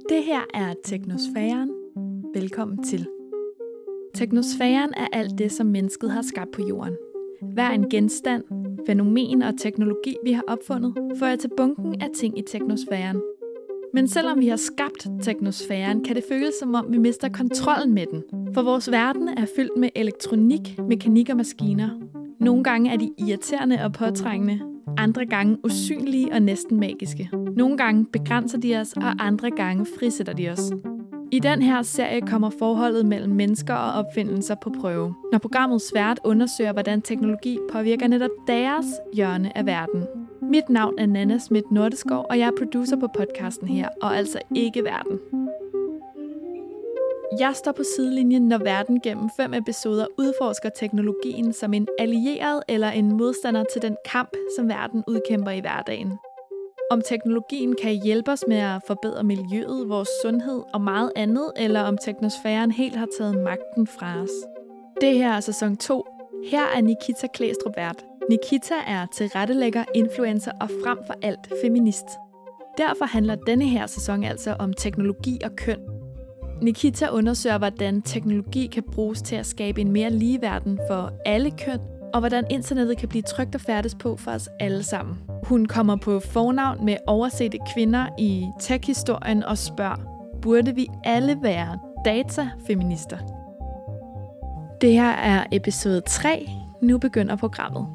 Det her er Teknosfæren. Velkommen til. Teknosfæren er alt det, som mennesket har skabt på jorden. Hver en genstand, fænomen og teknologi, vi har opfundet, fører til bunken af ting i teknosfæren. Men selvom vi har skabt teknosfæren, kan det føles som om, vi mister kontrollen med den. For vores verden er fyldt med elektronik, mekanik og maskiner. Nogle gange er de irriterende og påtrængende, andre gange usynlige og næsten magiske. Nogle gange begrænser de os, og andre gange frisætter de os. I den her serie kommer forholdet mellem mennesker og opfindelser på prøve, når programmet Svært undersøger, hvordan teknologi påvirker netop deres hjørne af verden. Mit navn er Nanna Schmidt Nordeskov, og jeg er producer på podcasten her, og altså ikke verden. Jeg står på sidelinjen, når verden gennem 5 episoder udforsker teknologien som en allieret eller en modstander til den kamp, som verden udkæmper i hverdagen. Om teknologien kan hjælpe os med at forbedre miljøet, vores sundhed og meget andet, eller om teknosfæren helt har taget magten fra os. Det her er sæson 2. Her er Nikita Klæstrup vært. Nikita er tilrettelægger, influencer og frem for alt feminist. Derfor handler denne her sæson altså om teknologi og køn. Nikita undersøger, hvordan teknologi kan bruges til at skabe en mere lige verden for alle køn, og hvordan internettet kan blive trygt og færdes på for os alle sammen. Hun kommer på fornavn med oversete kvinder i tech-historien og spørger, burde vi alle være datafeminister? Det her er episode 3. Nu begynder programmet.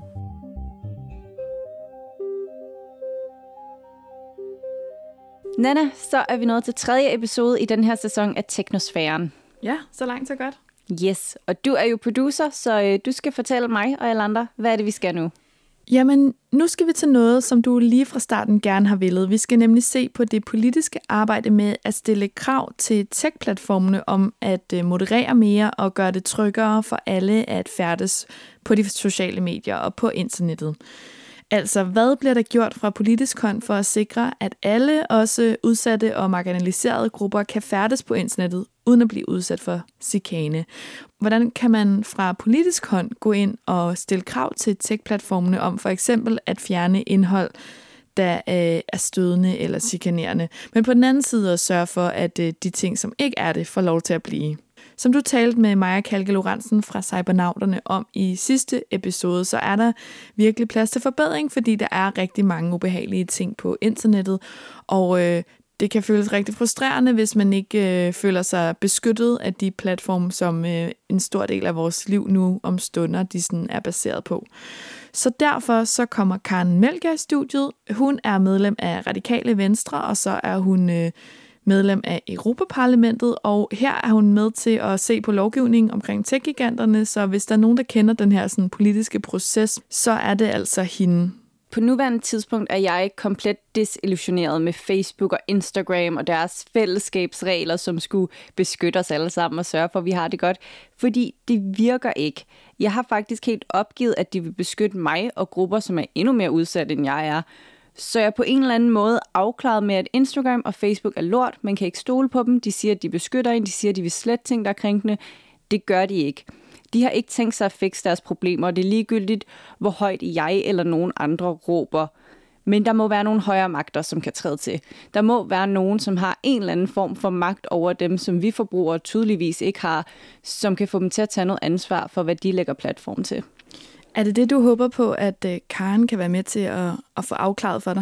Nanna, så er vi nået til 3. episode i den her sæson af Teknosfæren. Ja, så langt så godt. Yes, og du er jo producer, så du skal fortælle mig og alle andre, hvad er det, vi skal nu? Jamen, nu skal vi til noget, som du lige fra starten gerne har villet. Vi skal nemlig se på det politiske arbejde med at stille krav til tech-platformene om at moderere mere og gøre det tryggere for alle at færdes på de sociale medier og på internettet. Altså, hvad bliver der gjort fra politisk hånd for at sikre, at alle, også udsatte og marginaliserede grupper, kan færdes på internettet, uden at blive udsat for chikane? Hvordan kan man fra politisk hånd gå ind og stille krav til tech-platformene om for eksempel at fjerne indhold, der er stødende eller chikanerende, men på den anden side at sørge for, at de ting, som ikke er det, får lov til at blive? Som du talte med Maja Kalke Lorentzen fra Cybernauterne om i sidste episode, så er der virkelig plads til forbedring, fordi der er rigtig mange ubehagelige ting på internettet, og det kan føles rigtig frustrerende, hvis man ikke føler sig beskyttet af de platforme, som en stor del af vores liv nu om stunder, de sådan er baseret på. Så derfor så kommer Karen Melchior i studiet. Hun er medlem af Radikale Venstre, og så er hun medlem af Europaparlamentet, og her er hun med til at se på lovgivningen omkring tech-giganterne, så hvis der er nogen, der kender den her sådan, politiske proces, så er det altså hende. På nuværende tidspunkt er jeg komplet desillusioneret med Facebook og Instagram og deres fællesskabsregler, som skulle beskytte os alle sammen og sørge for, at vi har det godt, fordi det virker ikke. Jeg har faktisk helt opgivet, at de vil beskytte mig og grupper, som er endnu mere udsatte, end jeg er. Så jeg er på en eller anden måde afklaret med, at Instagram og Facebook er lort. Man kan ikke stole på dem. De siger, at de beskytter en. De siger, at de vil slette ting, der er krænkende. Det gør de ikke. De har ikke tænkt sig at fikse deres problemer, og det er ligegyldigt, hvor højt jeg eller nogen andre råber. Men der må være nogle højere magter, som kan træde til. Der må være nogen, som har en eller anden form for magt over dem, som vi forbrugere tydeligvis ikke har, som kan få dem til at tage noget ansvar for, hvad de lægger platform til. Er det det, du håber på, at Karen kan være med til at få afklaret for dig?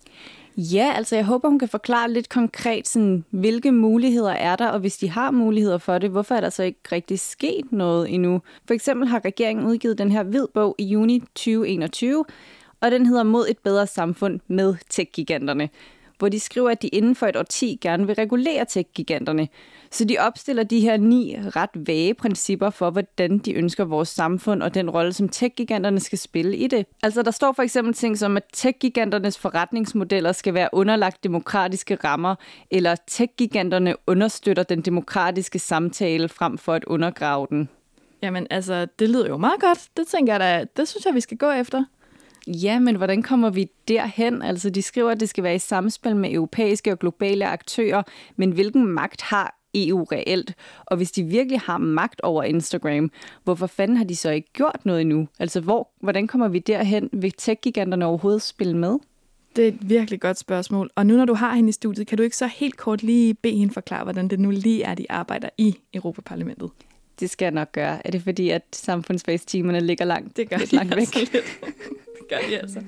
Ja, altså jeg håber, hun kan forklare lidt konkret, sådan, hvilke muligheder er der, og hvis de har muligheder for det, hvorfor er der så ikke rigtig sket noget endnu? For eksempel har regeringen udgivet den her hvid bog i juni 2021, og den hedder Mod et bedre samfund med tech-giganterne, hvor de skriver, at de inden for et årti gerne vil regulere tech-giganterne. Så de opstiller de her 9 ret vage principper for, hvordan de ønsker vores samfund og den rolle, som tech-giganterne skal spille i det. Altså der står for eksempel ting som, at tech-giganternes forretningsmodeller skal være underlagt demokratiske rammer, eller tech-giganterne understøtter den demokratiske samtale frem for at undergrave den. Jamen altså, det lyder jo meget godt. Det tænker jeg da, det synes jeg, vi skal gå efter. Ja, men hvordan kommer vi derhen? Altså, de skriver, at det skal være i samspil med europæiske og globale aktører, men hvilken magt har EU reelt? Og hvis de virkelig har magt over Instagram, hvorfor fanden har de så ikke gjort noget endnu? Altså, hvordan kommer vi derhen? Vil tech-giganterne overhovedet spille med? Det er et virkelig godt spørgsmål. Og nu når du har hende i studiet, kan du ikke så helt kort lige bede hende forklare, hvordan det nu lige er, de arbejder i Europaparlamentet? Det skal jeg nok gøre. Er det fordi, at samfundsfagstimerne ligger langt, det gør lidt langt væk? Altså lidt. Det gør de altså.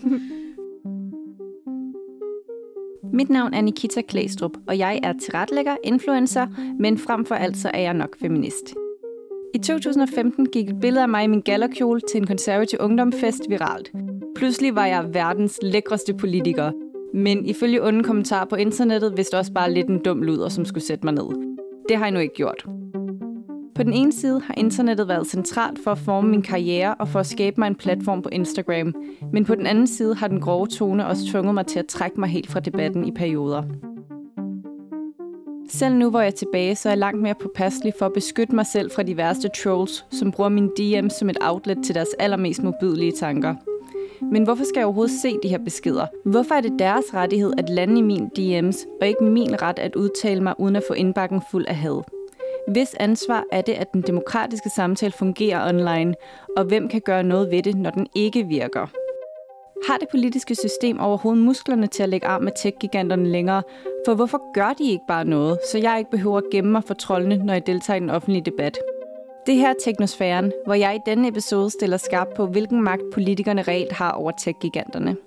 Mit navn er Nikita Klæstrup, og jeg er tilrettelægger, influencer, men frem for alt så er jeg nok feminist. I 2015 gik et billede af mig i min gallerkjole til en konservativ ungdomsfest viralt. Pludselig var jeg verdens lækreste politiker, men ifølge onde kommentarer på internettet vidste også bare lidt en dum luder, som skulle sætte mig ned. Det har jeg nu ikke gjort. På den ene side har internettet været centralt for at forme min karriere og for at skabe mig en platform på Instagram, men på den anden side har den grove tone også tvunget mig til at trække mig helt fra debatten i perioder. Selv nu, hvor jeg er tilbage, så er jeg langt mere påpasselig for at beskytte mig selv fra de værste trolls, som bruger mine DM's som et outlet til deres allermest modbydelige tanker. Men hvorfor skal jeg overhovedet se de her beskeder? Hvorfor er det deres rettighed at lande i mine DM's, og ikke min ret at udtale mig uden at få indbakken fuld af had? Hvis ansvar er det, at den demokratiske samtale fungerer online, og hvem kan gøre noget ved det, når den ikke virker? Har det politiske system overhovedet musklerne til at lægge arm med tech-giganterne længere? For hvorfor gør de ikke bare noget, så jeg ikke behøver at gemme mig for troldene, når jeg deltager i den offentlige debat? Det her er Teknosfæren, hvor jeg i denne episode stiller skarpt på, hvilken magt politikerne reelt har over tech-giganterne.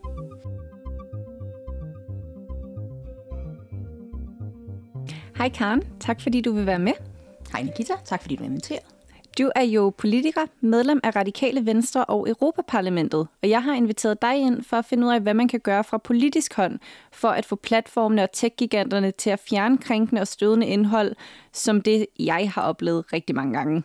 Hej Karen, tak fordi du vil være med. Hej Nikita, tak fordi du inviterer. Du er jo politiker, medlem af Radikale Venstre og Europaparlamentet, og jeg har inviteret dig ind for at finde ud af, hvad man kan gøre fra politisk hånd, for at få platformene og tech-giganterne til at fjerne krænkende og stødende indhold, som det jeg har oplevet rigtig mange gange.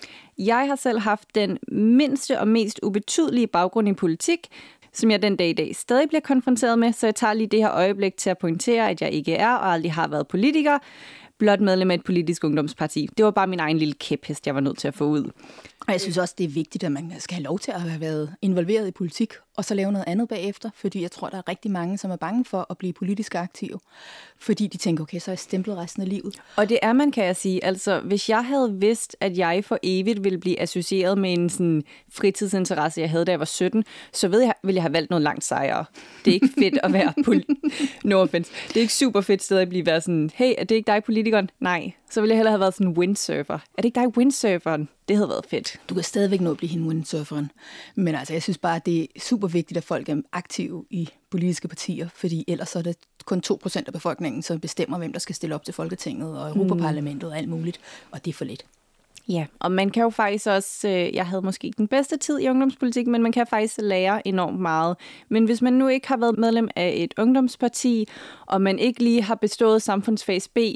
Jeg har selv haft den mindste og mest ubetydelige baggrund i politik, som jeg den dag i dag stadig bliver konfronteret med, så jeg tager lige det her øjeblik til at pointere, at jeg ikke er og aldrig har været politiker, blot medlem af et politisk ungdomsparti. Det var bare min egen lille kæphest, jeg var nødt til at få ud. Og jeg synes også, det er vigtigt, at man skal have lov til at have været involveret i politik, og så lave noget andet bagefter, fordi jeg tror, der er rigtig mange, som er bange for at blive politisk aktive, fordi de tænker, okay, så er jeg stemplet resten af livet. Og det er man, kan jeg sige. Altså, hvis jeg havde vidst, at jeg for evigt ville blive associeret med en sådan fritidsinteresse, jeg havde, da jeg var 17, så ville jeg have valgt noget langt sejere. Det er ikke fedt at være no offense. Det er ikke super fedt sted at blive sådan, hey, er det ikke dig politikeren? Nej. Så ville jeg hellere have været sådan en windsurfer. Er det ikke dig windsurferen? Det havde været fedt. Du kan stadigvæk nå at blive hende windsurferen. Men altså, jeg synes bare, at det er super vigtigt, at folk er aktive i politiske partier, fordi ellers er det kun 2% af befolkningen, som bestemmer, hvem der skal stille op til Folketinget og Europaparlamentet og alt muligt. Og det er for lidt. Ja, og man kan jo faktisk også, jeg havde måske ikke den bedste tid i ungdomspolitik, men man kan faktisk lære enormt meget. Men hvis man nu ikke har været medlem af et ungdomsparti, og man ikke lige har bestået samfundsfags B,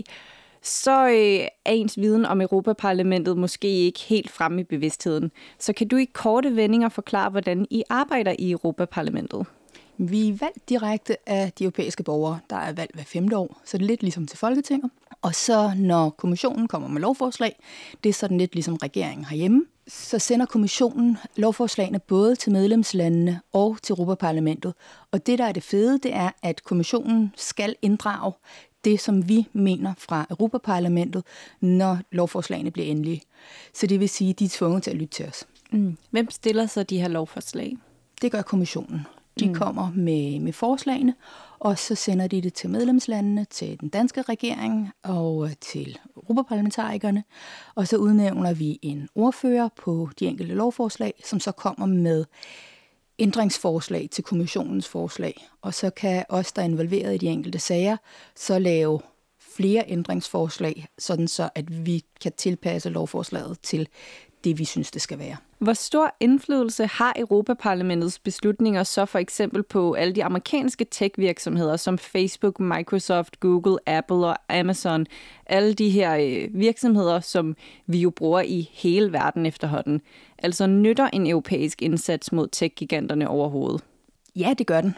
så er ens viden om Europaparlamentet måske ikke helt fremme i bevidstheden. Så kan du i korte vendinger forklare, hvordan I arbejder i Europaparlamentet? Vi er valgt direkte af de europæiske borgere, der er valgt hver 5. år, så det er lidt ligesom til Folketinget. Og så når kommissionen kommer med lovforslag, det er sådan lidt ligesom regeringen herhjemme, så sender kommissionen lovforslagene både til medlemslandene og til Europaparlamentet. Og det, der er det fede, det er, at kommissionen skal inddrage det, som vi mener fra Europaparlamentet, når lovforslagene bliver endelige. Så det vil sige, at de er tvunget til at lytte til os. Hvem stiller så de her lovforslag? Det gør kommissionen. De kommer med forslagene, og så sender de det til medlemslandene, til den danske regering og til europaparlamentarikerne. Og så udnævner vi en ordfører på de enkelte lovforslag, som så kommer med ændringsforslag til kommissionens forslag. Og så kan os, der er involveret i de enkelte sager, så lave flere ændringsforslag, sådan så at vi kan tilpasse lovforslaget til det, vi synes, det skal være. Hvor stor indflydelse har Europaparlamentets beslutninger så for eksempel på alle de amerikanske tech-virksomheder som Facebook, Microsoft, Google, Apple og Amazon? Alle de her virksomheder, som vi jo bruger i hele verden efterhånden. Altså nytter en europæisk indsats mod tech-giganterne overhovedet? Ja, det gør den.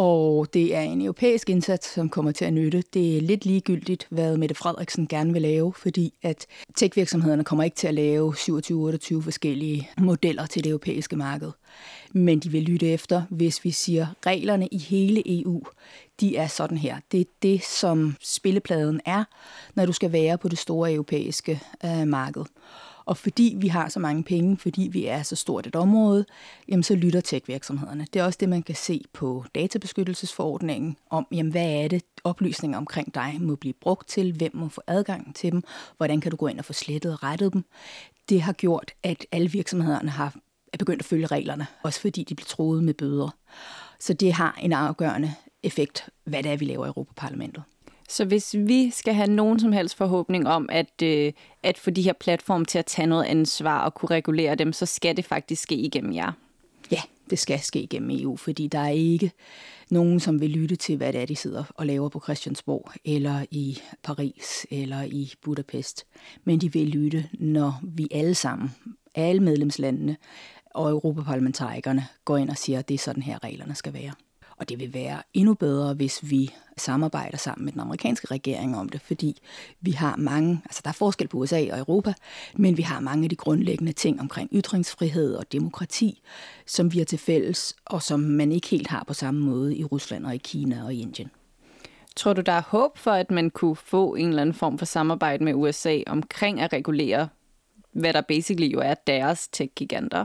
Og det er en europæisk indsats, som kommer til at nytte. Det er lidt ligegyldigt, hvad Mette Frederiksen gerne vil lave, fordi at tech-virksomhederne kommer ikke til at lave 27-28 forskellige modeller til det europæiske marked. Men de vil lytte efter, hvis vi siger, reglerne i hele EU, de er sådan her. Det er det, som spillepladen er, når du skal være på det store europæiske marked. Og fordi vi har så mange penge, fordi vi er så stort et område, jamen så lytter tech-virksomhederne. Det er også det, man kan se på databeskyttelsesforordningen om, jamen hvad er det, oplysninger omkring dig må blive brugt til, hvem må få adgang til dem, hvordan kan du gå ind og få slettet og rettet dem. Det har gjort, at alle virksomhederne er begyndt at følge reglerne, også fordi de bliver truet med bøder. Så det har en afgørende effekt, hvad det er, vi laver i Europaparlamentet. Så hvis vi skal have nogen som helst forhåbning om at få de her platforme til at tage noget ansvar og kunne regulere dem, så skal det faktisk ske igennem jer? Ja, det skal ske igennem EU, fordi der er ikke nogen, som vil lytte til, hvad det er, de sidder og laver på Christiansborg, eller i Paris, eller i Budapest. Men de vil lytte, når vi alle sammen, alle medlemslandene og europaparlamentarikerne går ind og siger, at det er sådan her, reglerne skal være. Og det vil være endnu bedre, hvis vi samarbejder sammen med den amerikanske regering om det, fordi vi har mange, altså der er forskel på USA og Europa, men vi har mange af de grundlæggende ting omkring ytringsfrihed og demokrati, som vi har til fælles, og som man ikke helt har på samme måde i Rusland og i Kina og i Indien. Tror du, der er håb for, at man kunne få en eller anden form for samarbejde med USA omkring at regulere, hvad der basically jo er deres tech-giganter?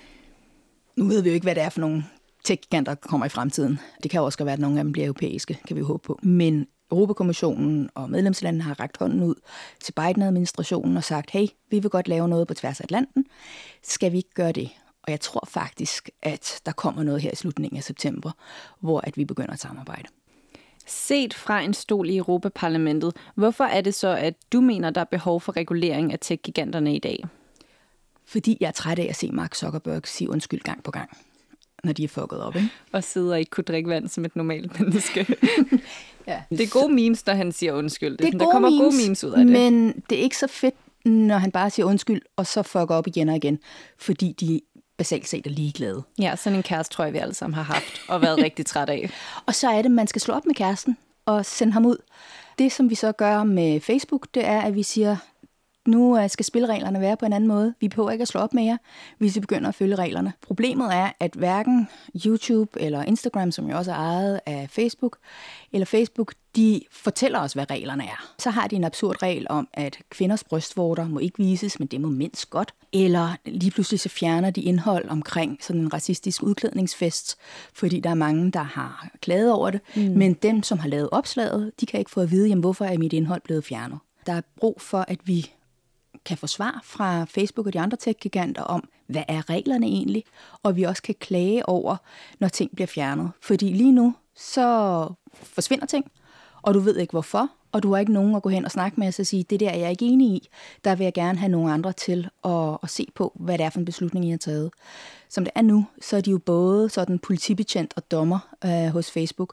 Nu ved vi jo ikke, hvad det er for nogle tech-giganter, der kommer i fremtiden. Det kan jo også være, at nogle af dem bliver europæiske, kan vi håbe på. Men Europakommissionen og medlemslandene har rakt hånden ud til Biden-administrationen og sagt, hey, vi vil godt lave noget på tværs af Atlanten. Skal vi ikke gøre det? Og jeg tror faktisk, at der kommer noget her i slutningen af september, hvor at vi begynder at samarbejde. Set fra en stol i Europaparlamentet, hvorfor er det så, at du mener, der er behov for regulering af tech-giganterne i dag? Fordi jeg er træt af at se Mark Zuckerberg sige undskyld gang på gang, når de er fucket op, ikke? Og sidder og ikke kunne drikke vand som et normalt menneske. Ja. Det er gode memes, når han siger undskyld. Der kommer gode memes ud af det. Men det er ikke så fedt, når han bare siger undskyld, og så fucker op igen og igen, fordi de basalt set er ligeglade. Ja, sådan en kæreste tror jeg, vi alle sammen har haft og været rigtig træt af. Og så er det, man skal slå op med kæresten og sende ham ud. Det, som vi så gør med Facebook, det er, at vi siger, nu skal spillereglerne være på en anden måde. Vi behøver ikke at slå op med jer, hvis vi begynder at følge reglerne. Problemet er, at hverken YouTube eller Instagram, som jo også er ejet af Facebook, eller Facebook, de fortæller os, hvad reglerne er. Så har de en absurd regel om, at kvinders brystvorter må ikke vises, men det må mænds godt. Eller lige pludselig så fjerner de indhold omkring sådan en racistisk udklædningsfest, fordi der er mange, der har klaget over det. Men dem, som har lavet opslaget, de kan ikke få at vide, jamen, hvorfor er mit indhold blevet fjernet. Der er brug for, at vi kan få svar fra Facebook og de andre tech-giganter om, hvad er reglerne egentlig, og vi også kan klage over, når ting bliver fjernet. Fordi lige nu, så forsvinder ting, og du ved ikke hvorfor, og du har ikke nogen at gå hen og snakke med og sige, det der er jeg ikke enig i, der vil jeg gerne have nogle andre til at se på, hvad det er for en beslutning, I har taget. Som det er nu, så er de jo både sådan politibetjent og dommer hos Facebook,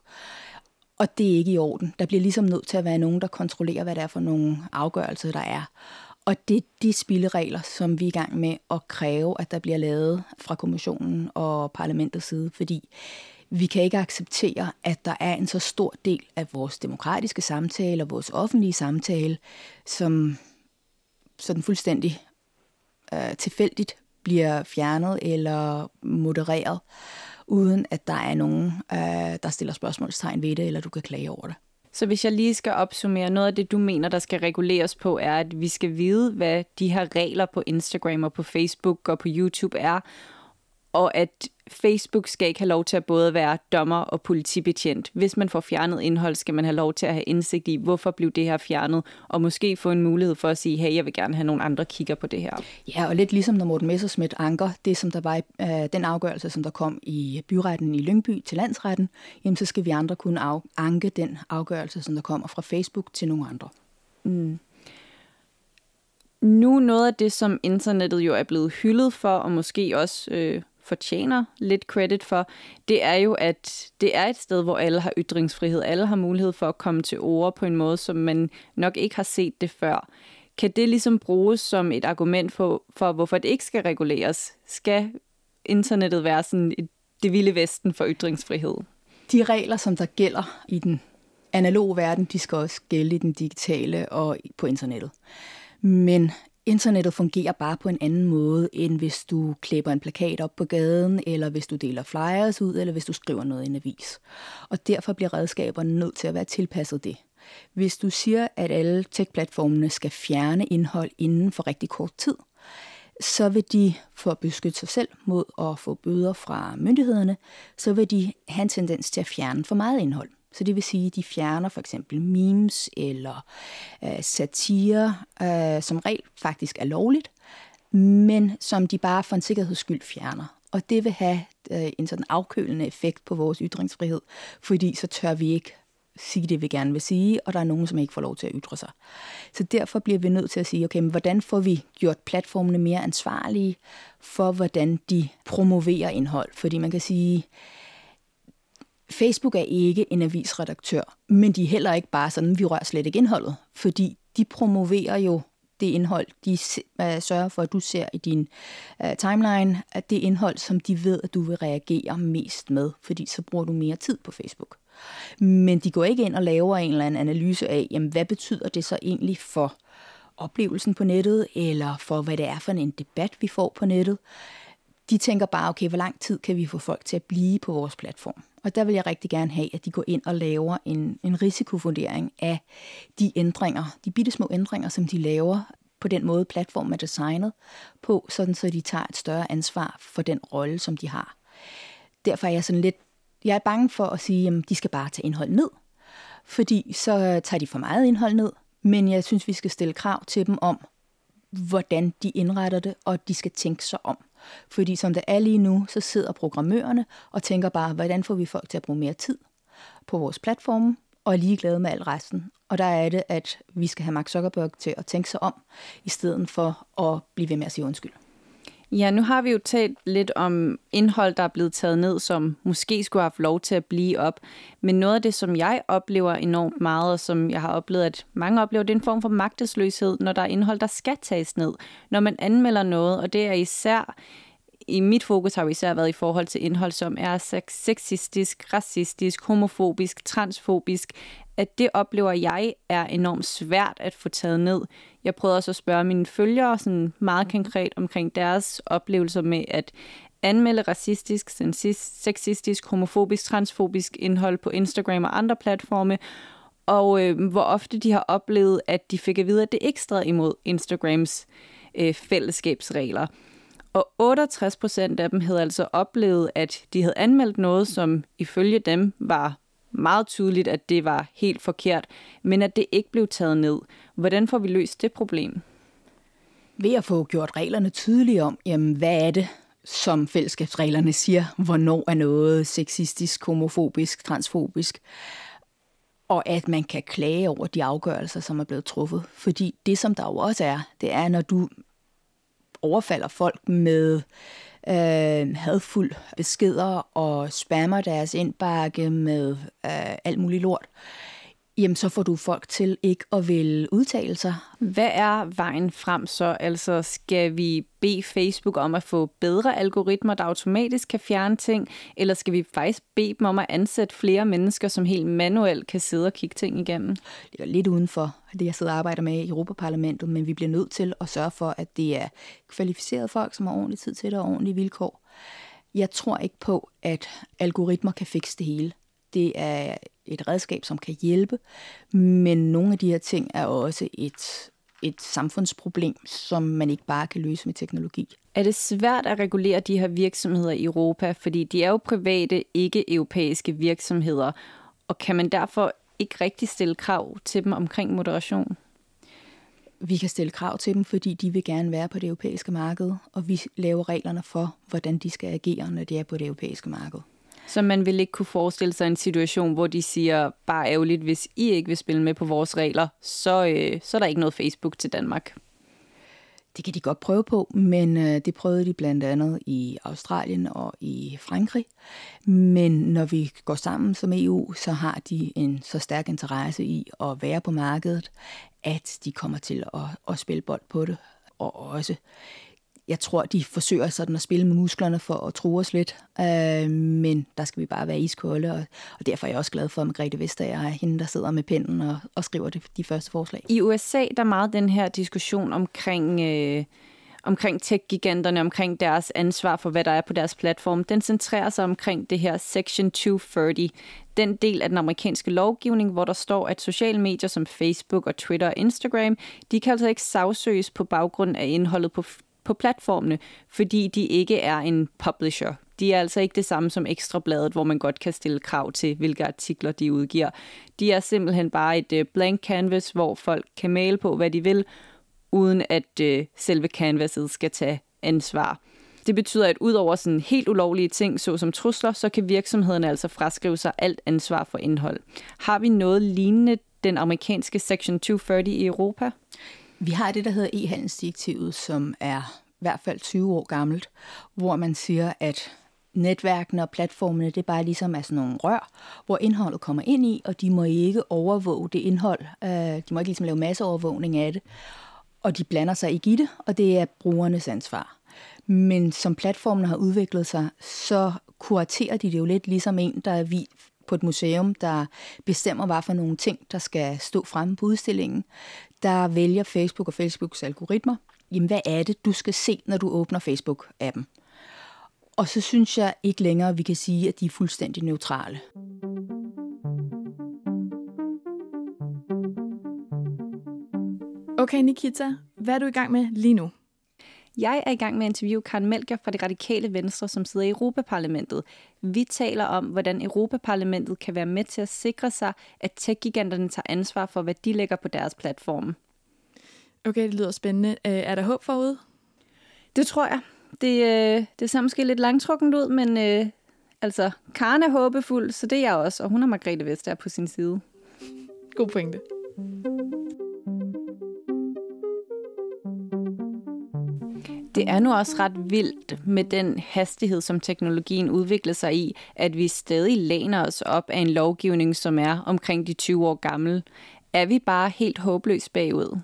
og det er ikke i orden. Der bliver ligesom nødt til at være nogen, der kontrollerer, hvad det er for nogle afgørelser, der er. Og det er de spilleregler, som vi er i gang med at kræve, at der bliver lavet fra kommissionen og parlamentets side, fordi vi kan ikke acceptere, at der er en så stor del af vores demokratiske samtale og vores offentlige samtale, som sådan fuldstændig tilfældigt bliver fjernet eller modereret, uden at der er nogen, der stiller spørgsmålstegn ved det, eller du kan klage over det. Så hvis jeg lige skal opsummere, noget af det, du mener, der skal reguleres på, er, at vi skal vide, hvad de her regler på Instagram og på Facebook og på YouTube er, og at Facebook skal ikke have lov til at både være dommer og politibetjent. Hvis man får fjernet indhold, skal man have lov til at have indsigt i, hvorfor blev det her fjernet, og måske få en mulighed for at sige, hey, jeg vil gerne have nogle andre kigger på det her. Ja, og lidt ligesom når Morten Messerschmidt anker det, som der var den afgørelse, som der kom i byretten i Lyngby til landsretten, jamen så skal vi andre kunne anke den afgørelse, som der kommer fra Facebook til nogle andre. Nu noget af det, som internettet jo er blevet hyldet for, og måske også fortjener lidt credit for, det er jo, at det er et sted, hvor alle har ytringsfrihed. Alle har mulighed for at komme til ord på en måde, som man nok ikke har set det før. Kan det ligesom bruges som et argument for hvorfor det ikke skal reguleres? Skal internettet være sådan det vilde vesten for ytringsfrihed? De regler, som der gælder i den analoge verden, de skal også gælde i den digitale og på internettet. Men internettet fungerer bare på en anden måde, end hvis du klæber en plakat op på gaden, eller hvis du deler flyers ud, eller hvis du skriver noget i en avis. Og derfor bliver redskaberne nødt til at være tilpasset det. Hvis du siger, at alle tech-platformene skal fjerne indhold inden for rigtig kort tid, så vil de, for at beskytte sig selv mod at få bøder fra myndighederne, så vil de have en tendens til at fjerne for meget indhold. Så det vil sige, at de fjerner for eksempel memes eller satire, som regel faktisk er lovligt, men som de bare for en sikkerheds skyld fjerner. Og det vil have en sådan afkølende effekt på vores ytringsfrihed, fordi så tør vi ikke sige det, vi gerne vil sige, og der er nogen, som ikke får lov til at ytre sig. Så derfor bliver vi nødt til at sige, okay, men hvordan får vi gjort platformene mere ansvarlige for, hvordan de promoverer indhold? Fordi man kan sige, Facebook er ikke en avisredaktør, men de er heller ikke bare sådan, vi rører slet ikke indholdet, fordi de promoverer jo det indhold, de sørger for, at du ser i din timeline, at det indhold, som de ved, at du vil reagere mest med, fordi så bruger du mere tid på Facebook. Men de går ikke ind og laver en eller anden analyse af, jamen, hvad betyder det så egentlig for oplevelsen på nettet, eller for hvad det er for en debat, vi får på nettet. De tænker bare, okay, hvor lang tid kan vi få folk til at blive på vores platform? Og der vil jeg rigtig gerne have, at de går ind og laver en risikovurdering af de ændringer, de bittesmå ændringer, som de laver på den måde, platformen er designet på, sådan så de tager et større ansvar for den rolle, som de har. Derfor er jeg sådan lidt, jeg er bange for at sige, at de skal bare tage indhold ned, fordi så tager de for meget indhold ned, men jeg synes, vi skal stille krav til dem om, hvordan de indretter det, og de skal tænke sig om. Fordi som det er lige nu, så sidder programmørerne og tænker bare, hvordan får vi folk til at bruge mere tid på vores platforme, og er ligeglade med alt resten. Og der er det, at vi skal have Mark Zuckerberg til at tænke sig om, i stedet for at blive ved med at sige undskyld. Ja, nu har vi jo talt lidt om indhold, der er blevet taget ned, som måske skulle have haft lov til at blive op. Men noget af det, som jeg oplever enormt meget, og som jeg har oplevet, at mange oplever, det er en form for magtesløshed, når der er indhold, der skal tages ned. Når man anmelder noget, og det er især, i mit fokus har jo især været i forhold til indhold, som er sexistisk, racistisk, homofobisk, transfobisk, at det oplever jeg er enormt svært at få taget ned. Jeg prøvede også at spørge mine følgere sådan meget konkret omkring deres oplevelser med at anmelde racistisk, sexistisk, homofobisk, transfobisk indhold på Instagram og andre platforme, og hvor ofte de har oplevet, at de fik at vide, at det ikke stred imod Instagrams fællesskabsregler. Og 68% af dem havde altså oplevet, at de havde anmeldt noget, som ifølge dem var meget tydeligt, at det var helt forkert, men at det ikke blev taget ned. Hvordan får vi løst det problem? Ved at få gjort reglerne tydelige om, jamen, hvad er det, som fællesskabsreglerne siger, hvornår er noget sexistisk, homofobisk, transfobisk, og at man kan klage over de afgørelser, som er blevet truffet. Fordi det, som der jo også er, det er, når du overfalder folk med hadfuld beskeder og spammer deres indbakke med alt muligt lort, jamen så får du folk til ikke at vil udtale sig. Hvad er vejen frem så? Altså skal vi bede Facebook om at få bedre algoritmer, der automatisk kan fjerne ting, eller skal vi faktisk bede dem om at ansætte flere mennesker, som helt manuelt kan sidde og kigge ting igennem? Det er lidt uden for det, jeg sidder og arbejder med i Europaparlamentet, men vi bliver nødt til at sørge for, at det er kvalificerede folk, som har ordentlig tid til det og ordentlige vilkår. Jeg tror ikke på, at algoritmer kan fikse det hele. Det er et redskab, som kan hjælpe, men nogle af de her ting er også et samfundsproblem, som man ikke bare kan løse med teknologi. Er det svært at regulere de her virksomheder i Europa, fordi de er jo private, ikke-europæiske virksomheder, og kan man derfor ikke rigtig stille krav til dem omkring moderation? Vi kan stille krav til dem, fordi de vil gerne være på det europæiske marked, og vi laver reglerne for, hvordan de skal agere, når de er på det europæiske marked. Så man vil ikke kunne forestille sig en situation, hvor de siger, bare ærgerligt, hvis I ikke vil spille med på vores regler, så er der ikke noget Facebook til Danmark. Det kan de godt prøve på, men det prøvede de blandt andet i Australien og i Frankrig. Men når vi går sammen som EU, så har de en så stærk interesse i at være på markedet, at de kommer til at spille bold på det. Og også, jeg tror, de forsøger sådan at spille med musklerne for at true os lidt, men der skal vi bare være iskolde, og derfor er jeg også glad for, at Margrethe Vestager er hende, der sidder med pennen og skriver de første forslag. I USA der er meget den her diskussion omkring tech-giganterne, omkring deres ansvar for, hvad der er på deres platform. Den centrerer sig omkring det her Section 230, den del af den amerikanske lovgivning, hvor der står, at sociale medier som Facebook og Twitter og Instagram, de kan altså ikke sagsøges på baggrund af indholdet på på platformene, fordi de ikke er en publisher. De er altså ikke det samme som Ekstrabladet, hvor man godt kan stille krav til, hvilke artikler de udgiver. De er simpelthen bare et blank canvas, hvor folk kan male på, hvad de vil, uden at selve canvaset skal tage ansvar. Det betyder, at ud over sådan helt ulovlige ting, såsom trusler, så kan virksomhederne altså fraskrive sig alt ansvar for indhold. Har vi noget lignende den amerikanske Section 230 i Europa? Vi har det, der hedder e-handelsdirektivet, som er i hvert fald 20 år gammelt, hvor man siger, at netværkene og platformene, det bare ligesom er sådan nogle rør, hvor indholdet kommer ind i, og de må ikke overvåge det indhold. De må ikke ligesom lave masseovervågning af det, og de blander sig ikke i det, og det er brugernes ansvar. Men som platformene har udviklet sig, så kuraterer de det jo lidt ligesom en, der er på et museum, der bestemmer, hvad for nogle ting, der skal stå fremme på udstillingen. Der vælger Facebook og Facebooks algoritmer, jamen hvad er det, du skal se, når du åbner Facebook-appen? Og så synes jeg ikke længere, at vi kan sige, at de er fuldstændig neutrale. Okay, Nikita, hvad er du i gang med lige nu? Jeg er i gang med at interviewe Karen Melchior fra Det Radikale Venstre, som sidder i Europaparlamentet. Vi taler om, hvordan Europaparlamentet kan være med til at sikre sig, at tech-giganterne tager ansvar for, hvad de lægger på deres platform. Okay, det lyder spændende. Er der håb forude? Det tror jeg. Det ser måske lidt langtrukkent ud, men altså, Karen er håbefuld, så det er jeg også, og hun har Margrethe Vestager på sin side. God pointe. Det er nu også ret vildt med den hastighed, som teknologien udvikler sig i, at vi stadig læner os op af en lovgivning, som er omkring de 20 år gammel. Er vi bare helt håbløst bagud?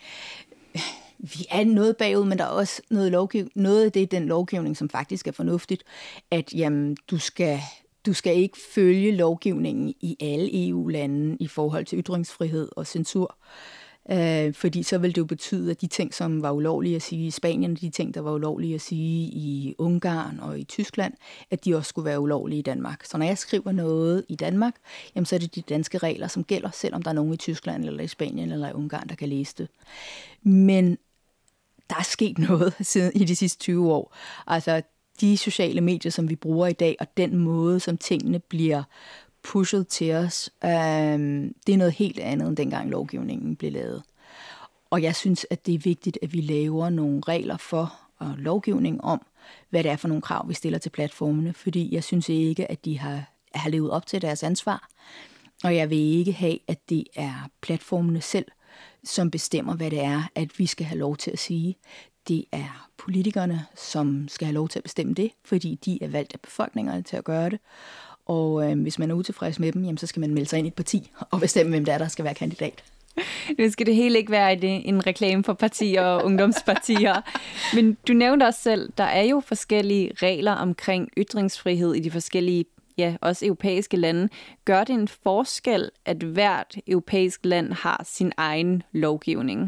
Vi er noget bagud, men der er også noget af det den lovgivning, som faktisk er fornuftigt, at jamen, du skal ikke følge lovgivningen i alle EU-lande i forhold til ytringsfrihed og censur. Fordi så vil det jo betyde, at de ting, som var ulovlige at sige i Spanien, de ting, der var ulovlige at sige i Ungarn og i Tyskland, at de også skulle være ulovlige i Danmark. Så når jeg skriver noget i Danmark, jamen, så er det de danske regler, som gælder, selvom der er nogen i Tyskland eller i Spanien eller i Ungarn, der kan læse det. Men der er sket noget siden i de sidste 20 år. Altså de sociale medier, som vi bruger i dag, og den måde, som tingene bliver pushet til os, det er noget helt andet, end dengang lovgivningen blev lavet. Og jeg synes, at det er vigtigt, at vi laver nogle regler for og lovgivning om, hvad det er for nogle krav, vi stiller til platformene, fordi jeg synes ikke, at de har levet op til deres ansvar, og jeg vil ikke have, at det er platformene selv, som bestemmer, hvad det er, at vi skal have lov til at sige. Det er politikerne, som skal have lov til at bestemme det, fordi de er valgt af befolkningerne til at gøre det. Og hvis man er utilfreds med dem, jamen, så skal man melde sig ind i et parti og bestemme, hvem der skal være kandidat. Nu skal det hele ikke være en reklame for partier og ungdomspartier. Men du nævnte også selv, der er jo forskellige regler omkring ytringsfrihed i de forskellige, ja, også europæiske lande. Gør det en forskel, at hvert europæisk land har sin egen lovgivning?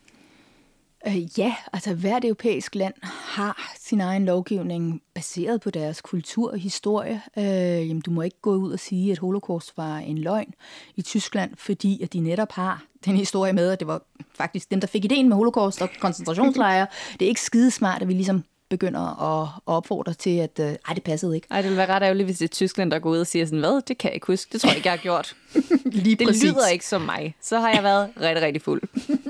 Ja, altså hvert europæisk land har sin egen lovgivning baseret på deres kultur og historie. Jamen, du må ikke gå ud og sige, at holocaust var en løgn i Tyskland, fordi at de netop har den historie med, at det var faktisk dem, der fik ideen med holocaust og koncentrationslejre. Det er ikke skidesmart, at vi ligesom begynder at opfordre til, at det passede ikke. Ej, det ville være ret ærgerligt, hvis det er Tyskland, der går ud og siger sådan, hvad? Det kan jeg ikke huske. Det tror jeg ikke, jeg har gjort. Lige det præcis. lyder ikke som mig. Så har jeg været rigtig, rigtig fuld.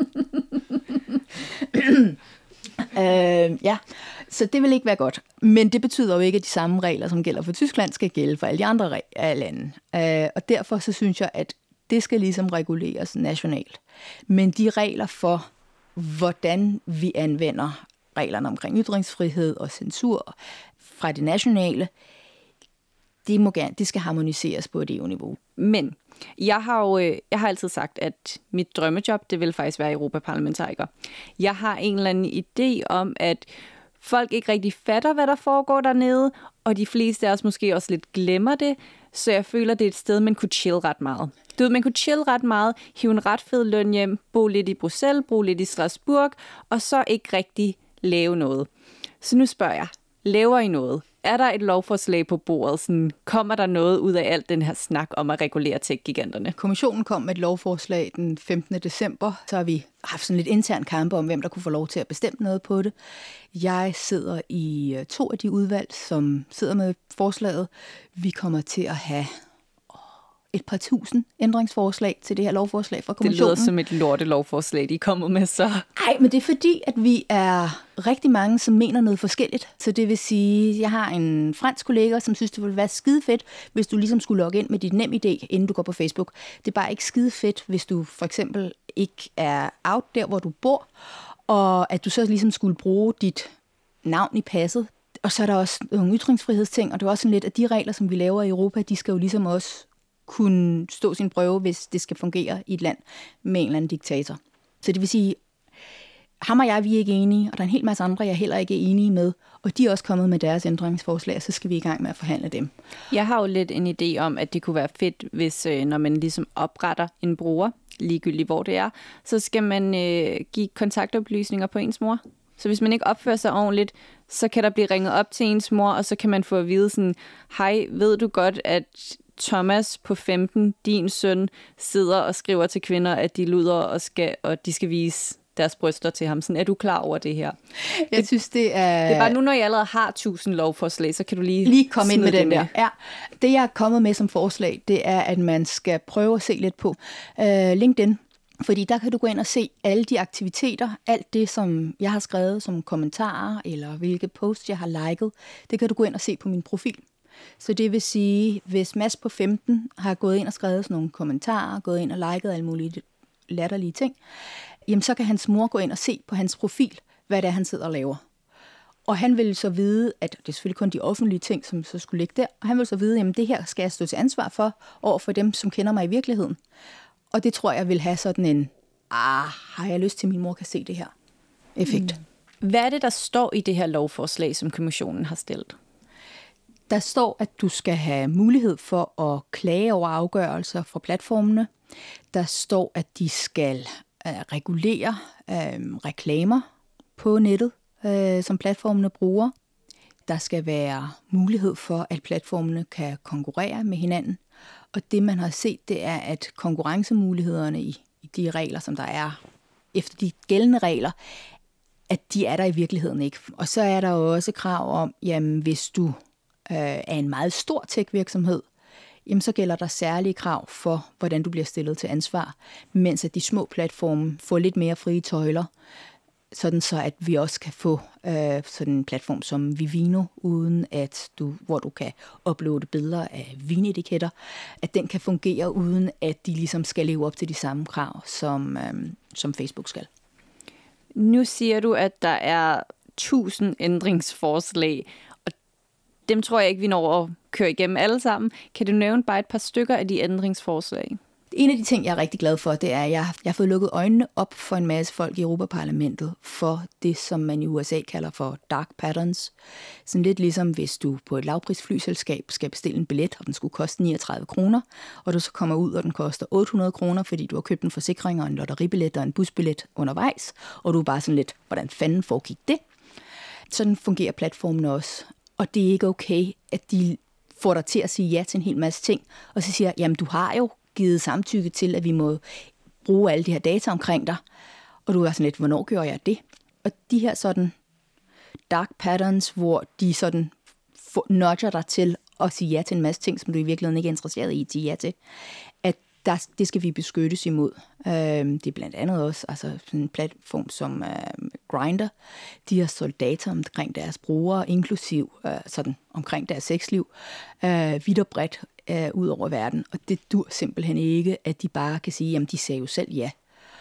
Ja, så det vil ikke være godt. Men det betyder jo ikke, at de samme regler, som gælder for Tyskland, skal gælde for alle de andre lande. Og derfor så synes jeg, at det skal ligesom reguleres nationalt. Men de regler for, hvordan vi anvender reglerne omkring ytringsfrihed og censur fra det nationale, det skal harmoniseres på et EU-niveau. Men jeg har altid sagt, at mit drømmejob, det vil faktisk være europaparlamentariker. Jeg har en eller anden idé om, at folk ikke rigtig fatter, hvad der foregår dernede, og de fleste af os måske også lidt glemmer det, så jeg føler, det er et sted, man kunne chill ret meget. Du ved, man kunne chill ret meget, hive en ret fed løn hjem, bo lidt i Bruxelles, bo lidt i Strasbourg, og så ikke rigtig lave noget. Så nu spørger jeg, laver I noget? Er der et lovforslag på bordet? Sådan, kommer der noget ud af alt den her snak om at regulere tech-giganterne? Kommissionen kom med et lovforslag den 15. december. Så har vi haft sådan lidt intern kampe om, hvem der kunne få lov til at bestemme noget på det. Jeg sidder i 2 af de udvalg, som sidder med forslaget. Vi kommer til at have et par tusind ændringsforslag til det her lovforslag fra kommissionen. Det lyder som et lortelovforslag, de er kommet med så. Nej, men det er fordi, at vi er rigtig mange, som mener noget forskelligt. Så det vil sige, jeg har en fransk kollega, som synes, det ville være skide fedt, hvis du ligesom skulle logge ind med dit NemID, inden du går på Facebook. Det er bare ikke skide fedt, hvis du for eksempel ikke er out der, hvor du bor, og at du så ligesom skulle bruge dit navn i passet. Og så er der også nogle ytringsfrihedsting, og det er også sådan lidt, at de regler, som vi laver i Europa, de skal jo ligesom også kunne stå sin prøve, hvis det skal fungere i et land med en eller anden diktator. Så det vil sige, ham og jeg, vi er ikke enige, og der er en hel masse andre, jeg heller ikke er enige med, og de er også kommet med deres ændringsforslag, og så skal vi i gang med at forhandle dem. Jeg har jo lidt en idé om, at det kunne være fedt, hvis når man ligesom opretter en bruger, ligegyldigt hvor det er, så skal man give kontaktoplysninger på ens mor. Så hvis man ikke opfører sig ordentligt, så kan der blive ringet op til ens mor, og så kan man få at vide sådan, hej, ved du godt, at Thomas på 15, din søn, sidder og skriver til kvinder, at de luder og de skal vise deres bryster til ham. Sådan, er du klar over det her? Jeg synes, det er... Det er bare nu, når jeg allerede har 1000 lovforslag, så kan du lige komme ind med den der. Ja. Det, jeg er kommet med som forslag, det er, at man skal prøve at se lidt på LinkedIn. Fordi der kan du gå ind og se alle de aktiviteter, alt det, som jeg har skrevet som kommentarer, eller hvilke posts, jeg har liket, det kan du gå ind og se på min profil. Så det vil sige, hvis Mads på 15 har gået ind og skrevet sådan nogle kommentarer, gået ind og liket alle mulige latterlige ting, jamen så kan hans mor gå ind og se på hans profil, hvad det er, han sidder og laver. Og han vil så vide, at det er selvfølgelig kun de offentlige ting, som så skulle ligge der, og han vil så vide, at det her skal jeg stå til ansvar for, over for dem, som kender mig i virkeligheden. Og det tror jeg vil have sådan en, har jeg lyst til, at min mor kan se det her effekt. Hvad er det, der står i det her lovforslag, som kommissionen har stillet? Der står, at du skal have mulighed for at klage over afgørelser fra platformene. Der står, at de skal regulere reklamer på nettet, som platformene bruger. Der skal være mulighed for, at platformene kan konkurrere med hinanden. Og det, man har set, det er, at konkurrencemulighederne i de regler, som der er efter de gældende regler, at de er der i virkeligheden ikke. Og så er der jo også krav om, jamen hvis du er en meget stor tech-virksomhed, jamen så gælder der særlige krav for, hvordan du bliver stillet til ansvar, mens at de små platforme får lidt mere frie tøjler, sådan så at vi også kan få sådan en platform som Vivino, uden at hvor du kan uploade billeder af vinetiketter, at den kan fungere, uden at de ligesom skal leve op til de samme krav, som Facebook skal. Nu siger du, at der er 1000 ændringsforslag, og dem tror jeg ikke, vi når at køre igennem alle sammen. Kan du nævne bare et par stykker af de ændringsforslag? En af de ting, jeg er rigtig glad for, det er, at jeg har fået lukket øjnene op for en masse folk i Europaparlamentet for det, som man i USA kalder for dark patterns. Sådan lidt ligesom, hvis du på et lavprisflyselskab skal bestille en billet, og den skulle koste 39 kroner, og du så kommer ud, og den koster 800 kroner, fordi du har købt en forsikring og en lotteribillet og en busbillet undervejs, og du er bare sådan lidt, hvordan fanden foregik det? Sådan fungerer platformen også. Og det er ikke okay, at de får dig til at sige ja til en hel masse ting, og så siger, jamen du har jo givet samtykke til, at vi må bruge alle de her data omkring dig. Og du er sådan lidt, hvornår gør jeg det? Og de her sådan dark patterns, hvor de sådan nudger dig til at sige ja til en masse ting, som du i virkeligheden ikke er interesseret i at sige ja til, at det skal vi beskyttes imod. Det er blandt andet også altså en platform som Grindr. De har solgt data omkring deres brugere, inklusiv sådan omkring deres sexliv, vidt og bredt ud over verden. Og det dur simpelthen ikke, at de bare kan sige, jamen de sagde jo selv ja.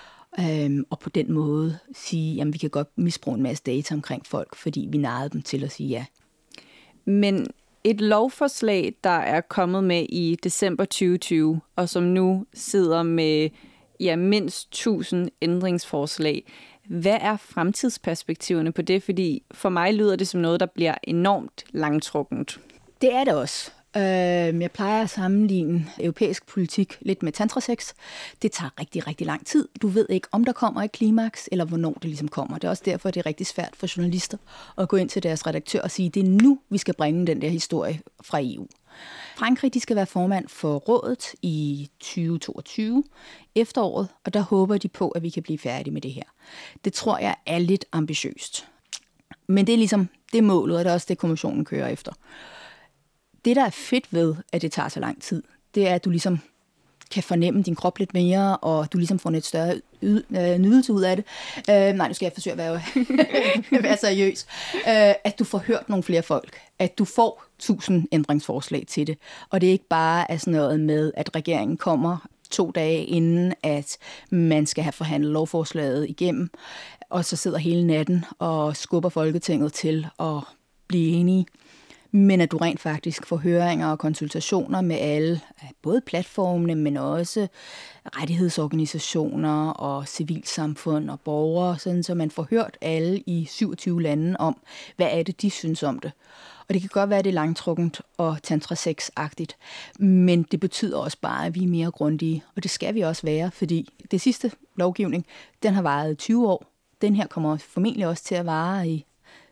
Og på den måde sige, jamen vi kan godt misbruge en masse data omkring folk, fordi vi narrede dem til at sige ja. Men et lovforslag, der er kommet med i december 2020, og som nu sidder med mindst 1000 ændringsforslag. Hvad er fremtidsperspektiverne på det? Fordi for mig lyder det som noget, der bliver enormt langtrukkent. Det er det også. Jeg plejer at sammenligne europæisk politik lidt med tantrasex. Det tager rigtig, rigtig lang tid. Du ved ikke, om der kommer et klimaks, eller hvornår det ligesom kommer. Det er også derfor, det er rigtig svært for journalister at gå ind til deres redaktør og sige, det er nu, vi skal bringe den der historie fra EU. Frankrig, de skal være formand for rådet i 2022 efteråret, og der håber de på, at vi kan blive færdige med det her. Det tror jeg er lidt ambitiøst. Men det er ligesom det målet, og det er også det, kommissionen kører efter. Det, der er fedt ved, at det tager så lang tid, det er, at du ligesom kan fornemme din krop lidt mere, og du ligesom får et større nydelse ud af det. Nej, nu skal jeg forsøge at være seriøs. At du får hørt nogle flere folk. At du får 1000 ændringsforslag til det. Og det er ikke bare sådan noget med, at regeringen kommer 2 dage inden, at man skal have forhandlet lovforslaget igennem, og så sidder hele natten og skubber Folketinget til at blive enige. Men at du rent faktisk får høringer og konsultationer med alle, både platformene, men også rettighedsorganisationer og civilsamfund og borgere, sådan så man får hørt alle i 27 lande om, hvad er det, de synes om det. Og det kan godt være, at det er langtrukkent og tantrasex-agtigt, men det betyder også bare, at vi er mere grundige, og det skal vi også være, fordi det sidste lovgivning, den har varet 20 år. Den her kommer formentlig også til at vare i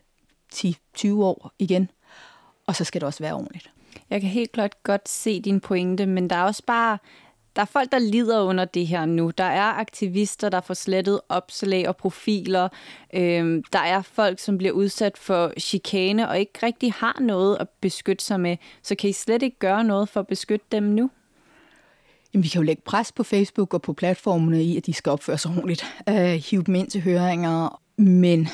10-20 år igen. Og så skal det også være ordentligt. Jeg kan helt klart godt se din pointe, men der er også bare, der er folk, der lider under det her nu. Der er aktivister, der får slettet opslag og profiler. Der er folk, som bliver udsat for chikane og ikke rigtig har noget at beskytte sig med. Så kan I slet ikke gøre noget for at beskytte dem nu? Jamen, vi kan jo lægge pres på Facebook og på platformene i, at de skal opføre sig ordentligt. Hive dem ind til høringer, men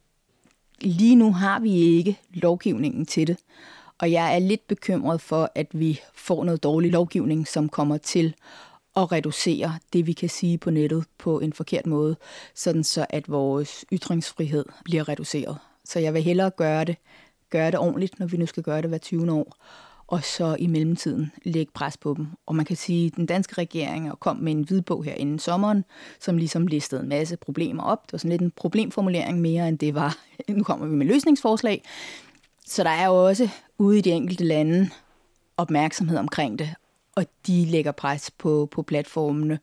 lige nu har vi ikke lovgivningen til det, og jeg er lidt bekymret for, at vi får noget dårlig lovgivning, som kommer til at reducere det, vi kan sige på nettet på en forkert måde, sådan så at vores ytringsfrihed bliver reduceret. Så jeg vil hellere gøre det ordentligt, når vi nu skal gøre det hver 20. år, og så i mellemtiden lægge pres på dem. Og man kan sige, at den danske regering kom med en hvidbog her inden sommeren, som ligesom listede en masse problemer op. Det var sådan lidt en problemformulering mere, end det var. Nu kommer vi med løsningsforslag. Så der er jo også ude i de enkelte lande opmærksomhed omkring det, og de lægger pres på platformene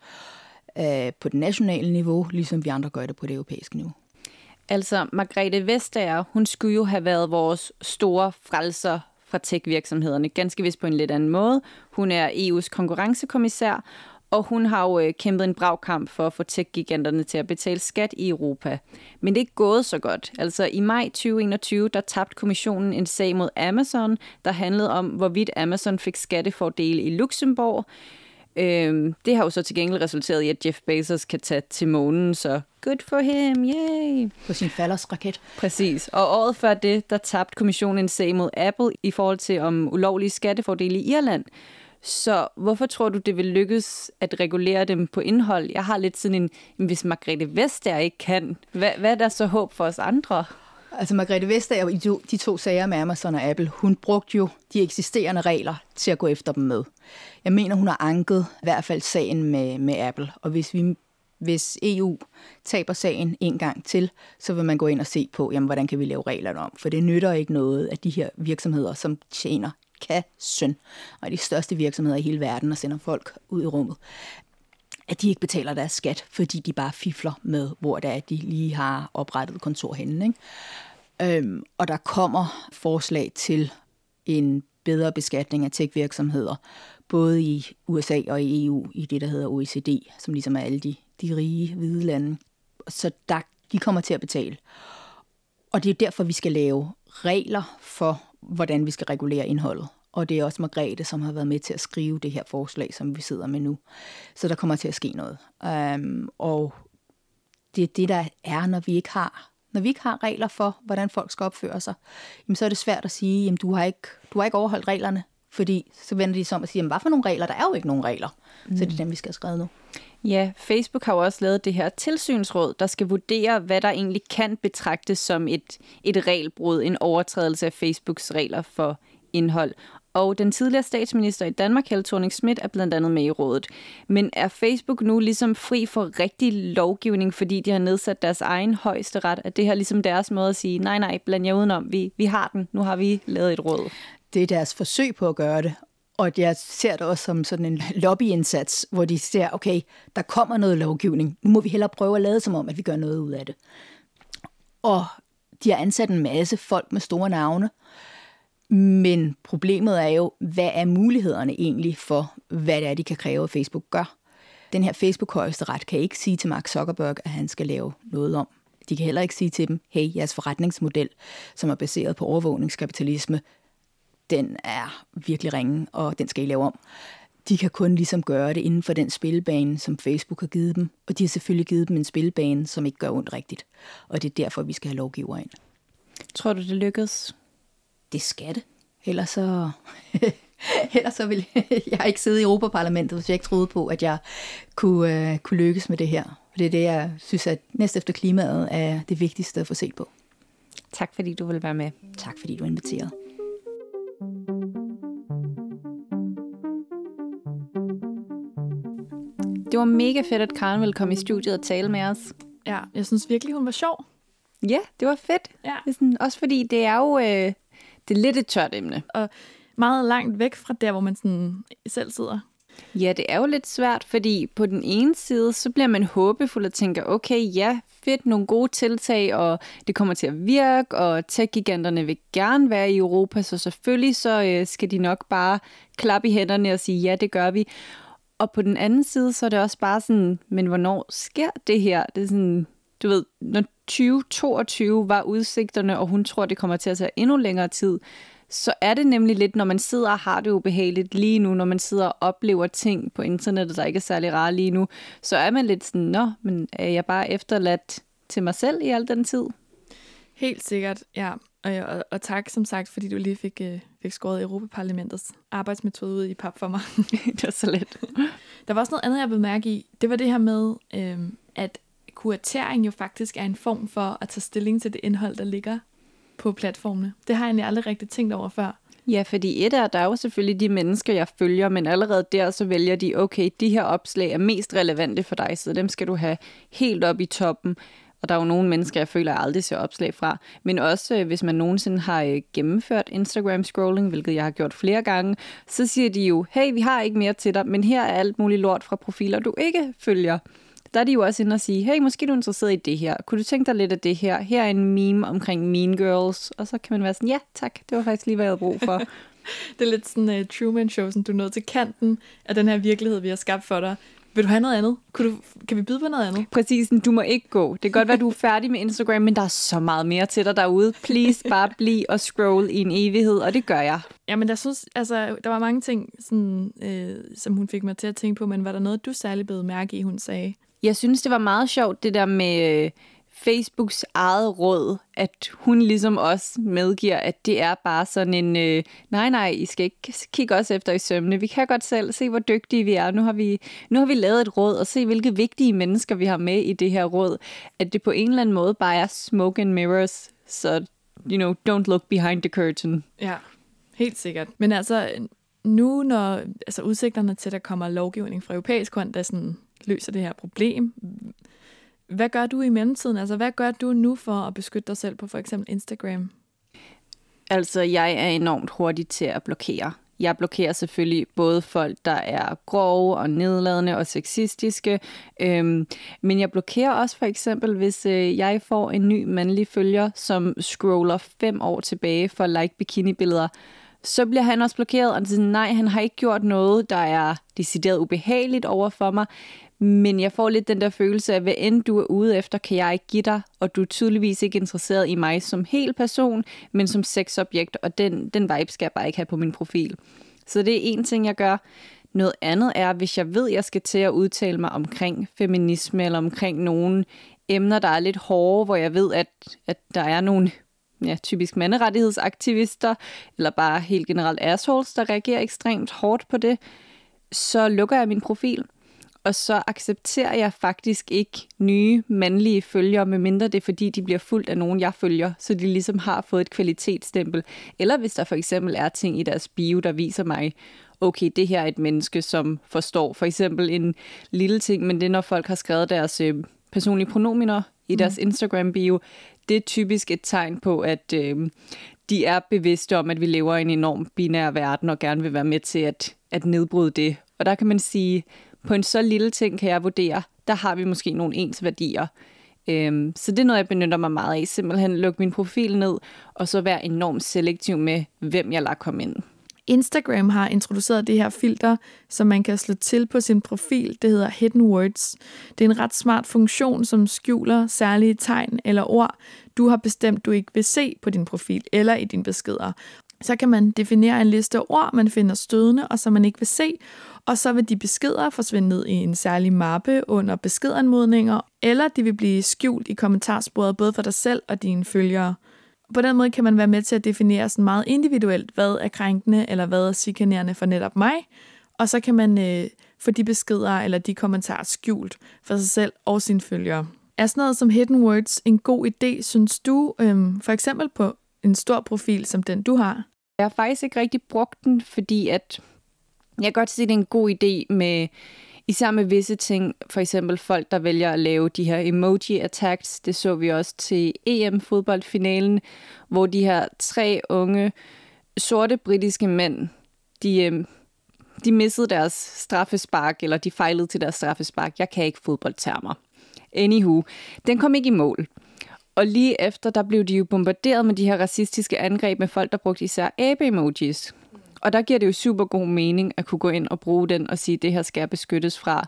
på det nationale niveau, ligesom vi andre gør det på det europæiske niveau. Altså, Margrethe Vestager, hun skulle jo have været vores store frelser fra tech-virksomhederne, ganske vist på en lidt anden måde. Hun er EU's konkurrencekommissær, og hun har jo kæmpet en brav kamp for at få tech-giganterne til at betale skat i Europa. Men det er ikke gået så godt. Altså i maj 2021, der tabte kommissionen en sag mod Amazon, der handlede om, hvorvidt Amazon fik skattefordele i Luxembourg. Det har jo så til gengæld resulteret i, at Jeff Bezos kan tage til månen, så good for him, yay! På sin faldersraket. Præcis. Og året før det, der tabte kommissionen en sag mod Apple i forhold til om ulovlige skattefordele i Irland. Så hvorfor tror du, det vil lykkes at regulere dem på indhold? Jeg har lidt sådan en hvis Margrethe Vestager ikke kan, hvad er der så håb for os andre? Altså Margrethe Vestager i de 2 sager med Amazon og Apple, hun brugte jo de eksisterende regler til at gå efter dem med. Jeg mener, hun har anket i hvert fald sagen med Apple, og hvis EU taber sagen en gang til, så vil man gå ind og se på, jamen, hvordan kan vi lave reglerne om? For det nytter ikke noget, at de her virksomheder, som tjener kassen, og de største virksomheder i hele verden, og sender folk ud i rummet, at de ikke betaler deres skat, fordi de bare fifler med, hvor det er, at de lige har oprettet kontor henne. Ikke? Og der kommer forslag til en bedre beskatning af tech-virksomheder, både i USA og i EU, i det, der hedder OECD, som ligesom er alle de rige hvide lande. Så de kommer til at betale. Og det er derfor, vi skal lave regler for, hvordan vi skal regulere indholdet. Og det er også Margrethe, som har været med til at skrive det her forslag, som vi sidder med nu. Så der kommer til at ske noget. Og det er det, der er, når vi ikke har regler for, hvordan folk skal opføre sig, jamen, så er det svært at sige, jamen, du har ikke overholdt reglerne, fordi så vender de sig om at sige, jamen, hvad for nogle regler? Der er jo ikke nogen regler. Så det er dem, vi skal have skrevet nu. Ja, Facebook har jo også lavet det her tilsynsråd, der skal vurdere, hvad der egentlig kan betragtes som et regelbrud, en overtrædelse af Facebooks regler for indhold. Og den tidligere statsminister i Danmark, Helle Thorning-Schmidt, er blandt andet med i rådet. Men er Facebook nu ligesom fri for rigtig lovgivning, fordi de har nedsat deres egen højesteret? Er det her ligesom deres måde at sige, nej, bland jer udenom, vi har den, nu har vi lavet et råd? Det er deres forsøg på at gøre det. Og jeg ser det også som sådan en lobbyindsats, hvor de ser, okay, der kommer noget lovgivning. Nu må vi hellere prøve at lade som om, at vi gør noget ud af det. Og de har ansat en masse folk med store navne. Men problemet er jo, hvad er mulighederne egentlig for, hvad det er, de kan kræve, at Facebook gør? Den her Facebook-højesteret kan ikke sige til Mark Zuckerberg, at han skal lave noget om. De kan heller ikke sige til dem, hey, jeres forretningsmodel, som er baseret på overvågningskapitalisme, den er virkelig ringe, og den skal I lave om. De kan kun ligesom gøre det inden for den spillebane, som Facebook har givet dem. Og de har selvfølgelig givet dem en spillebane, som ikke gør ondt rigtigt. Og det er derfor, vi skal have lovgiver ind. Tror du, det lykkes? Det skal det. Ellers så vil jeg ikke sidde i Europaparlamentet, hvis jeg ikke troede på, at jeg kunne lykkes med det her. For det er det, jeg synes, at næst efter klimaet er det vigtigste at få set på. Tak fordi du vil være med. Tak fordi du inviterede. Det var mega fedt, at Karen ville komme i studiet og tale med os. Ja, jeg synes virkelig, hun var sjov. Ja, det var fedt. Ja. Det er sådan, også fordi det er jo det er lidt et tørt emne. Og meget langt væk fra der, hvor man sådan selv sidder. Ja, det er jo lidt svært, fordi på den ene side, så bliver man håbefuld og tænker, okay, ja, fedt, nogle gode tiltag, og det kommer til at virke, og tech-giganterne vil gerne være i Europa, så selvfølgelig så skal de nok bare klappe i hænderne og sige, ja, det gør vi. Og på den anden side, så er det også bare sådan, men hvornår sker det her? Det er sådan, du ved, når 2022 var udsigterne, og hun tror, det kommer til at tage endnu længere tid, så er det nemlig lidt, når man sidder og har det ubehageligt lige nu, når man sidder og oplever ting på internettet, der ikke er særlig rare lige nu, så er man lidt sådan, men er jeg bare efterladt til mig selv i al den tid? Helt sikkert, ja. Og tak som sagt, fordi du lige fik skåret Europaparlamentets arbejdsmetode ud i pap for mig. Det var så let. Der var også noget andet, jeg blev mærke i. Det var det her med, at kuratering jo faktisk er en form for at tage stilling til det indhold, der ligger på platformene. Det har jeg egentlig aldrig rigtig tænkt over før. Ja, fordi der er jo selvfølgelig de mennesker, jeg følger, men allerede der så vælger de, okay, de her opslag er mest relevante for dig, så dem skal du have helt op i toppen. Og der er jo nogle mennesker, jeg føler, jeg aldrig ser opslag fra. Men også, hvis man nogensinde har gennemført Instagram-scrolling, hvilket jeg har gjort flere gange, så siger de jo, hey, vi har ikke mere til dig, men her er alt muligt lort fra profiler, du ikke følger. Der er de jo også inde og sige, hey, måske er du interesseret i det her. Kunne du tænke dig lidt af det her? Her er en meme omkring Mean Girls. Og så kan man være sådan, ja, tak, det var faktisk lige, hvad jeg havde brug for. Det er lidt sådan Truman Show, som du er nået til kanten af den her virkelighed, vi har skabt for dig. Vil du have noget andet? Kan vi byde på noget andet? Præcis, du må ikke gå. Det kan godt være, du er færdig med Instagram, men der er så meget mere til dig derude. Please, bare bliv og scroll i en evighed, og det gør jeg. Jamen, der var mange ting, sådan, som hun fik mig til at tænke på, men var der noget, du særlig blev mærke i, hun sagde? Jeg synes, det var meget sjovt, det der med Facebooks eget råd, at hun ligesom også medgiver, at det er bare sådan en, nej, I skal ikke kigge os efter i sømne. Vi kan godt selv se, hvor dygtige vi er. Nu har vi lavet et råd, og se, hvilke vigtige mennesker vi har med i det her råd. At det på en eller anden måde bare er smoke and mirrors, så, don't look behind the curtain. Ja, helt sikkert. Men altså, nu når udsigterne til, at der kommer lovgivning fra europæisk hånd, der sådan løser det her problem, hvad gør du i mellemtiden? Altså, hvad gør du nu for at beskytte dig selv på for eksempel Instagram? Altså, jeg er enormt hurtig til at blokere. Jeg blokerer selvfølgelig både folk, der er grove og nedladende og sexistiske, men jeg blokerer også for eksempel, hvis jeg får en ny mandlig følger, som scroller 5 år tilbage for at like bikinibilleder, så bliver han også blokeret, og siger, nej, han har ikke gjort noget, der er decideret ubehageligt over for mig, men jeg får lidt den der følelse af, hvad end du er ude efter, kan jeg ikke give dig, og du er tydeligvis ikke interesseret i mig som hel person, men som sexobjekt, og den vibe skal jeg bare ikke have på min profil. Så det er en ting, jeg gør. Noget andet er, hvis jeg ved, jeg skal til at udtale mig omkring feminisme, eller omkring nogle emner, der er lidt hårde, hvor jeg ved, at der er nogle typisk manderettighedsaktivister, eller bare helt generelt assholes, der reagerer ekstremt hårdt på det, så lukker jeg min profil. Og så accepterer jeg faktisk ikke nye mandlige følgere, medmindre det er, fordi de bliver fulgt af nogen, jeg følger, så de ligesom har fået et kvalitetsstempel. Eller hvis der for eksempel er ting i deres bio, der viser mig, okay, det her er et menneske, som forstår for eksempel en lille ting, men det er, når folk har skrevet deres personlige pronominer i deres Instagram-bio. Det er typisk et tegn på, at de er bevidste om, at vi lever i en enorm binær verden, og gerne vil være med til at nedbryde det. Og der kan man sige, på en så lille ting kan jeg vurdere, der har vi måske nogle ens værdier. Så det er noget, jeg benytter mig meget af. Simpelthen lukke min profil ned, og så være enormt selektiv med, hvem jeg lader komme ind. Instagram har introduceret det her filter, som man kan slå til på sin profil. Det hedder Hidden Words. Det er en ret smart funktion, som skjuler særlige tegn eller ord, du har bestemt, du ikke vil se på din profil eller i dine beskeder. Så kan man definere en liste af ord, man finder stødende, og som man ikke vil se, og så vil de beskeder forsvinde ned i en særlig mappe under beskedanmodninger, eller de vil blive skjult i kommentarsporet både for dig selv og dine følgere. På den måde kan man være med til at definere sådan meget individuelt, hvad er krænkende eller hvad er chikanerende for netop mig, og så kan man få de beskeder eller de kommentarer skjult for sig selv og sine følgere. Er sådan noget som Hidden Words en god idé, synes du, for eksempel på en stor profil som den, du har? Jeg har faktisk ikke rigtig brugt den, fordi at jeg kan godt se, at det er en god idé med, især med visse ting, for eksempel folk, der vælger at lave de her emoji-attacks. Det så vi også til EM-fodboldfinalen, hvor de her 3 unge, sorte britiske mænd, de missede deres straffespark, eller de fejlede til deres straffespark. Jeg kan ikke fodboldtermer. Anywho, den kom ikke i mål. Og lige efter, der blev de jo bombarderet med de her racistiske angreb med folk, der brugte især abe-emojis. Og der giver det jo super god mening at kunne gå ind og bruge den og sige, at det her skal beskyttes fra.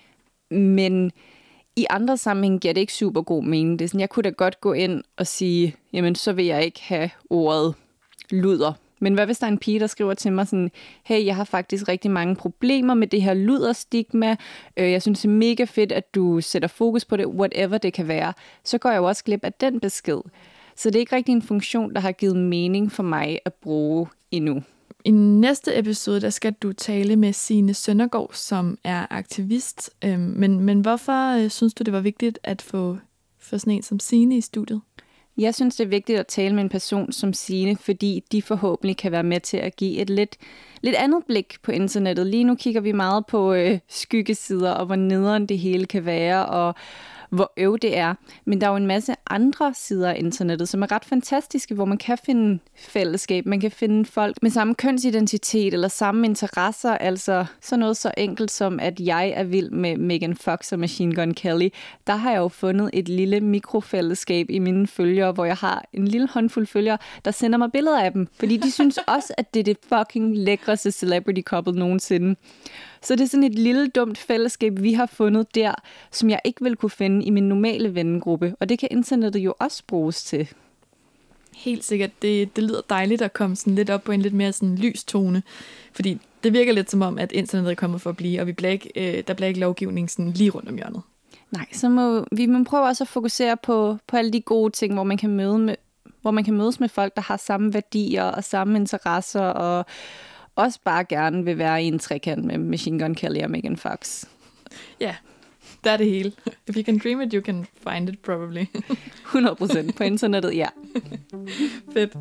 Men i andre sammenhæng giver det ikke super god mening. Det er sådan, jeg kunne da godt gå ind og sige, jamen så vil jeg ikke have ordet luder. Men hvad hvis der er en pige, der skriver til mig sådan, hey, jeg har faktisk rigtig mange problemer med det her luderstigma. Jeg synes, det er mega fedt, at du sætter fokus på det, whatever det kan være. Så går jeg jo også glip af den besked. Så det er ikke rigtig en funktion, der har givet mening for mig at bruge endnu. I næste episode, der skal du tale med Signe Søndergaard, som er aktivist. Men hvorfor synes du, det var vigtigt at få sådan en som Signe i studiet? Jeg synes, det er vigtigt at tale med en person som Signe, fordi de forhåbentlig kan være med til at give et lidt andet blik på internettet. Lige nu kigger vi meget på skyggesider og hvor nederen det hele kan være, og hvor det er. Men der er jo en masse andre sider af internettet, som er ret fantastiske, hvor man kan finde fællesskab. Man kan finde folk med samme kønsidentitet eller samme interesser. Altså sådan noget så enkelt som, at jeg er vild med Megan Fox og Machine Gun Kelly. Der har jeg jo fundet et lille mikrofællesskab i mine følgere, hvor jeg har en lille håndfuld følgere, der sender mig billeder af dem. Fordi de synes også, at det er det fucking lækreste celebrity couple nogensinde. Så det er sådan et lille dumt fællesskab, vi har fundet der, som jeg ikke vil kunne finde i min normale vennegruppe. Og det kan internettet jo også bruges til. Helt sikkert. Det lyder dejligt at komme sådan lidt op på en lidt mere sådan lys tone. Fordi det virker lidt som om, at internettet er kommet for at blive, og der bliver ikke lovgivning sådan lige rundt om hjørnet. Nej, så må vi prøve også at fokusere på alle de gode ting, hvor man kan mødes med folk, der har samme værdier og samme interesser, og også bare gerne vil være i en trekant med Machine Gun Kelly og Megan Fox. Ja, der er det hele. If you can dream it, you can find it probably. 100% på internettet, ja. Fedt.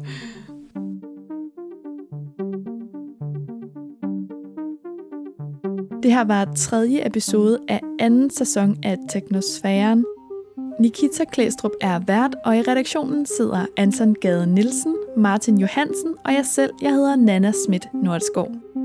Det her var 3. episode af 2. sæson af Teknosfæren. Nikita Klæstrup er vært, og i redaktionen sidder Anton Gade Nielsen, Martin Johansen og jeg selv. Jeg hedder Nana Schmidt Nordskov.